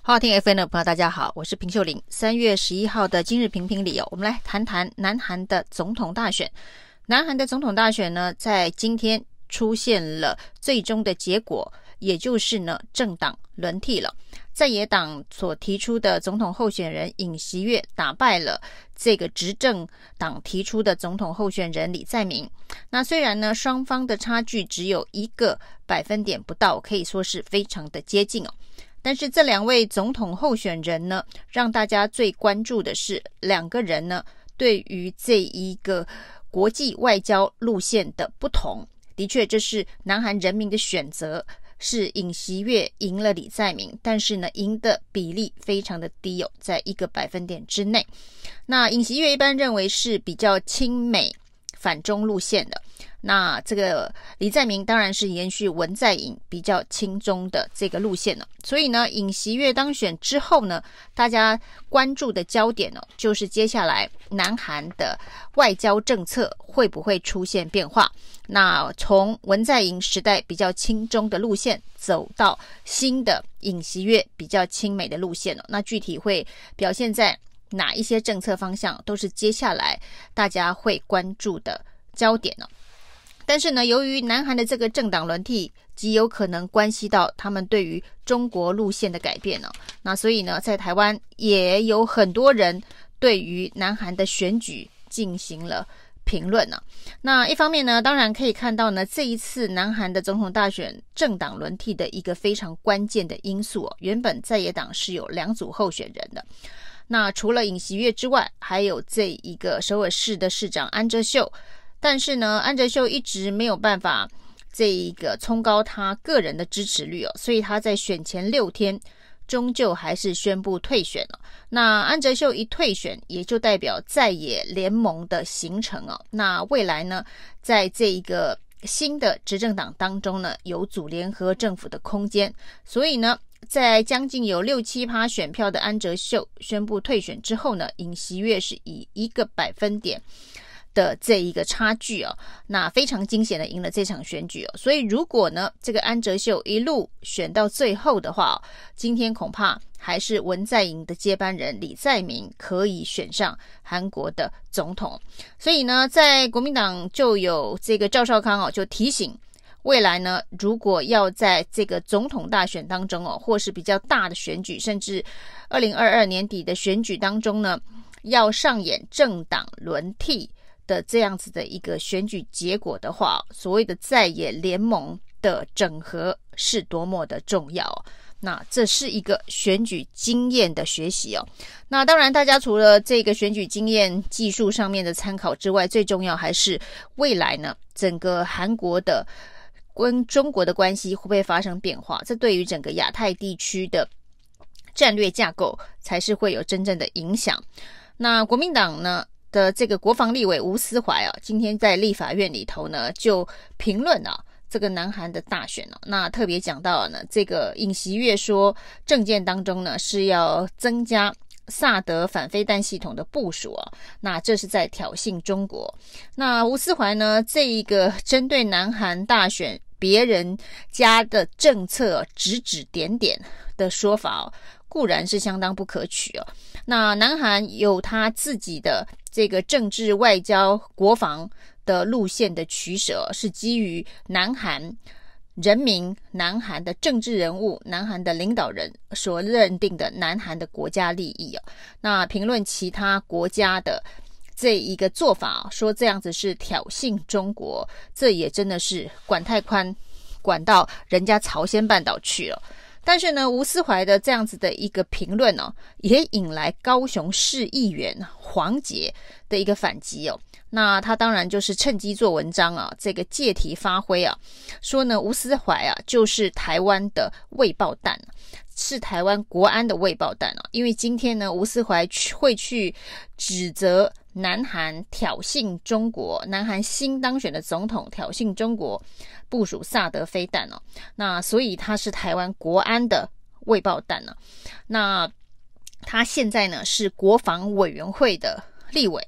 好好听 FM 的朋友大家好，我是平秀玲。3月11号的今日评评里我们来谈谈南韩的总统大选。南韩的总统大选呢，在今天出现了最终的结果，也就是呢政党轮替了。在野党所提出的总统候选人尹锡悦打败了这个执政党提出的总统候选人李在明。那虽然呢双方的差距只有1个百分点不到，可以说是非常的接近但是这2位总统候选人呢，让大家最关注的是2个人呢对于这一个国际外交路线的不同。的确这是南韩人民的选择，是尹锡悦赢了李在明，但是呢赢的比例非常的低在1个百分点之内。那尹锡悦一般认为是比较亲美反中路线的，那这个李在明当然是延续文在寅比较亲中的这个路线了。所以呢尹锡悦当选之后呢，大家关注的焦点就是接下来南韩的外交政策会不会出现变化。那从文在寅时代比较亲中的路线走到新的尹锡悦比较亲美的路线那具体会表现在哪一些政策方向，都是接下来大家会关注的焦点但是呢，由于南韩的这个政党轮替极有可能关系到他们对于中国路线的改变那所以呢，在台湾也有很多人对于南韩的选举进行了评论那一方面呢，当然可以看到呢，这一次南韩的总统大选政党轮替的一个非常关键的因素原本在野党是有2组候选人的。那除了尹锡悦之外，还有这一个首尔市的市长安哲秀，但是呢安哲秀一直没有办法这一个冲高他个人的支持率所以他在选前6天终究还是宣布退选那安哲秀一退选，也就代表在野联盟的形成那未来呢，在这一个新的执政党当中呢，有组联合政府的空间。所以呢，在将近有6-7% 选票的安哲秀宣布退选之后呢，尹锡悦是以1个百分点的这一个差距那非常惊险的赢了这场选举所以如果呢这个安哲秀一路选到最后的话今天恐怕还是文在寅的接班人李在明可以选上韩国的总统。所以呢，在国民党就有这个赵少康就提醒未来呢，如果要在这个总统大选当中或是比较大的选举，甚至2022年底的选举当中呢，要上演政党轮替的这样子的一个选举结果的话，所谓的在野联盟的整合是多么的重要那这是一个选举经验的学习那当然大家除了这个选举经验技术上面的参考之外，最重要还是未来呢整个韩国的跟中国的关系会不会发生变化，这对于整个亚太地区的战略架构才是会有真正的影响。那国民党呢的这个国防立委吴思怀今天在立法院里头呢就评论这个南韩的大选那特别讲到呢，这个尹锡悦说政见当中呢是要增加萨德反飞弹系统的部署那这是在挑衅中国。那吴思怀呢这一个针对南韩大选别人家的政策指指点点的说法固然是相当不可取那南韩有他自己的这个政治外交国防的路线的取舍，是基于南韩人民、南韩的政治人物、南韩的领导人所认定的南韩的国家利益那评论其他国家的这一个做法说这样子是挑衅中国，这也真的是管太宽，管到人家朝鲜半岛去了。但是呢，吴思怀的这样子的一个评论也引来高雄市议员黄捷的一个反击那他当然就是趁机做文章这个借题发挥说呢吴思怀就是台湾的未爆弹，是台湾国安的未爆弹因为今天呢吴思怀会去指责南韩挑衅中国，南韩新当选的总统挑衅中国部署萨德飞弹那所以他是台湾国安的未爆弹那他现在呢是国防委员会的立委，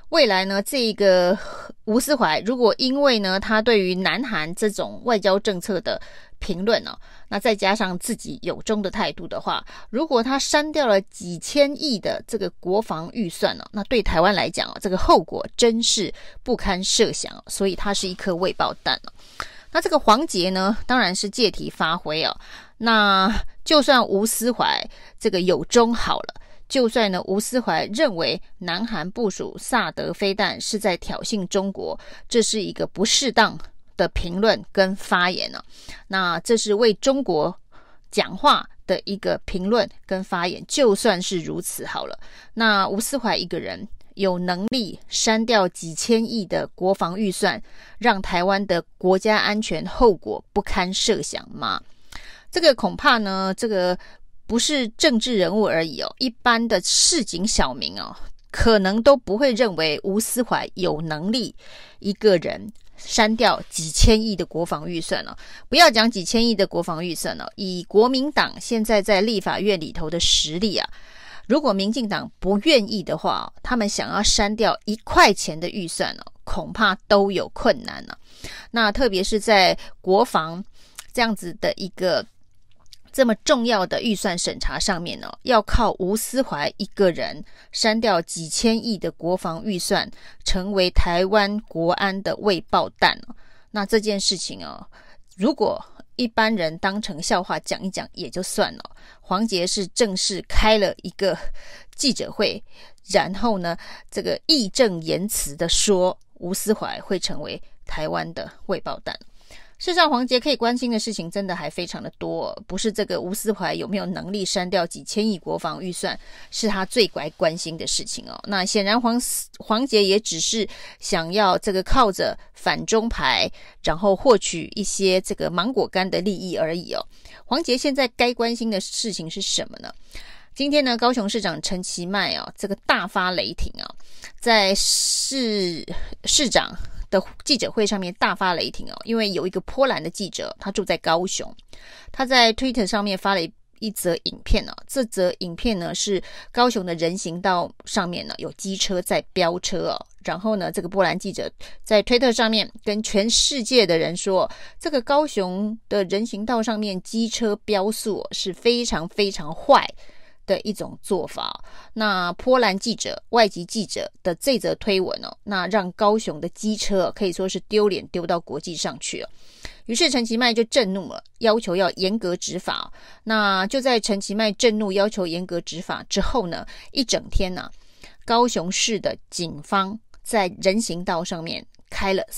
未来呢，这个吴思怀如果因为呢他对于南韩这种外交政策的评论那再加上自己有中的态度的话，如果他删掉了几千亿的这个国防预算那对台湾来讲这个后果真是不堪设想所以它是一颗未爆弹那这个黄捷呢，当然是借题发挥那就算吴思怀这个有中好了，就算呢吴思怀认为南韩部署萨德飞弹是在挑衅中国，这是一个不适当的评论跟发言那这是为中国讲话的一个评论跟发言，就算是如此好了，那吴思怀一个人有能力删掉几千亿的国防预算，让台湾的国家安全后果不堪设想吗？这个恐怕呢，这个不是政治人物而已一般的市井小民可能都不会认为吴思怀有能力一个人删掉几千亿的国防预算不要讲几千亿的国防预算以国民党现在在立法院里头的实力如果民进党不愿意的话，他们想要删掉1块钱的预算恐怕都有困难那特别是在国防这样子的一个这么重要的预算审查上面要靠吴思怀一个人删掉几千亿的国防预算，成为台湾国安的未爆弹那这件事情如果一般人当成笑话讲一讲也就算了，黄捷是正式开了一个记者会，然后呢这个义正言辞的说吴思怀会成为台湾的未爆弹。事实上黄捷可以关心的事情真的还非常的多不是这个吴思怀有没有能力删掉几千亿国防预算是他最该关心的事情那显然黄捷也只是想要这个靠着反中牌然后获取一些这个芒果干的利益而已黄捷现在该关心的事情是什么呢？今天呢高雄市长陈其迈这个大发雷霆在市长的记者会上面大发雷霆因为有一个波兰的记者他住在高雄，他在 Twitter 上面发了一则影片这则影片呢是高雄的人行道上面有机车在飙车然后呢这个波兰记者在 Twitter 上面跟全世界的人说，这个高雄的人行道上面机车飙速是非常非常坏的一种做法那波兰记者外籍记者的这则推文那让高雄的机车可以说是丢脸丢到国际上去于是陈其迈就震怒了，要求要严格执法那就在陈其迈震怒要求严格执法之后呢，一整天高雄市的警方在人行道上面开了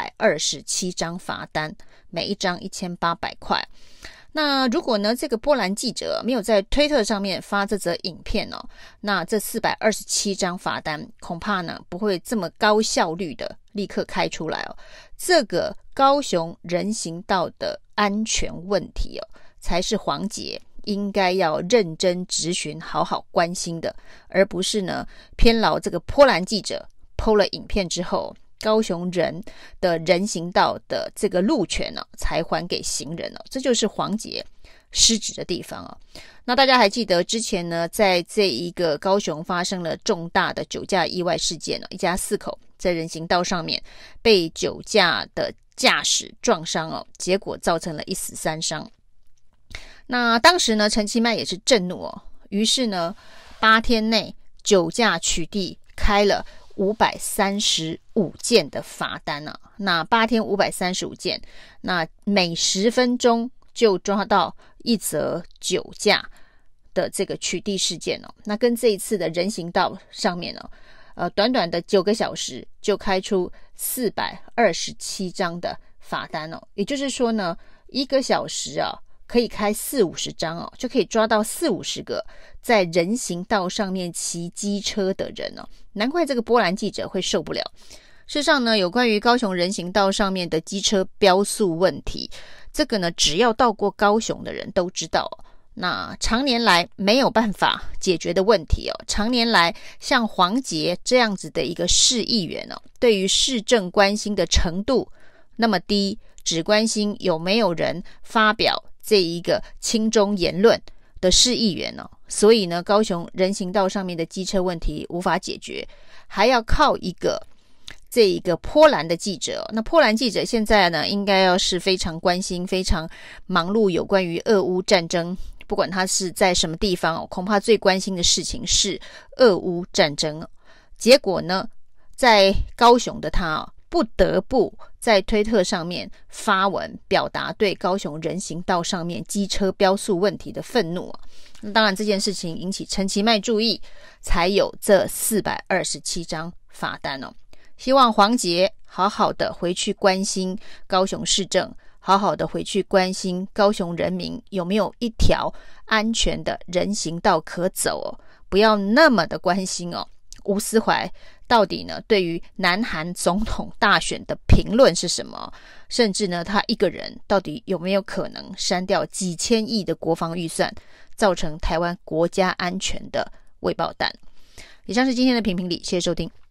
427张罚单，每一张1800块那如果呢这个波兰记者没有在推特上面发这则影片那这427张罚单恐怕呢不会这么高效率的立刻开出来这个高雄人行道的安全问题才是黄捷应该要认真质询好好关心的，而不是呢偏劳这个波兰记者 PO 了影片之后高雄人的人行道的这个路权才还给行人这就是黄捷失职的地方那大家还记得之前呢在这一个高雄发生了重大的酒驾意外事件一家4口在人行道上面被酒驾的驾驶撞伤结果造成了1死3伤那当时呢陈其迈也是震怒于是呢8天内酒驾取缔开了535件的罚单那8天535件，那每10分钟就抓到一则酒驾的这个取缔事件那跟这一次的人行道上面短短的9个小时就开出427张的罚单也就是说呢1个小时可以开40-50张就可以抓到40-50个在人行道上面骑机车的人难怪这个波兰记者会受不了。事实上呢有关于高雄人行道上面的机车飙速问题，这个呢只要到过高雄的人都知道那常年来没有办法解决的问题常年来像黄捷这样子的一个市议员对于市政关心的程度那么低，只关心有没有人发表这一个亲中言论， 的市议员所以呢，高雄人行道上面的机车问题无法解决，还要靠这一个波兰的记者。那波兰记者现在呢，应该要是非常关心、非常忙碌有关于俄乌战争，不管他是在什么地方恐怕最关心的事情是俄乌战争。结果呢，在高雄的他不得不在推特上面发文，表达对高雄人行道上面机车标速问题的愤怒。当然这件事情引起陈其迈注意，才有这427张罚单希望黄捷好好的回去关心高雄市政，好好的回去关心高雄人民有没有一条安全的人行道可走不要那么的关心吴思怀到底呢对于南韩总统大选的评论是什么，甚至呢他一个人到底有没有可能删掉几千亿的国防预算，造成台湾国家安全的未爆弹。以上是今天的评评理，谢谢收听。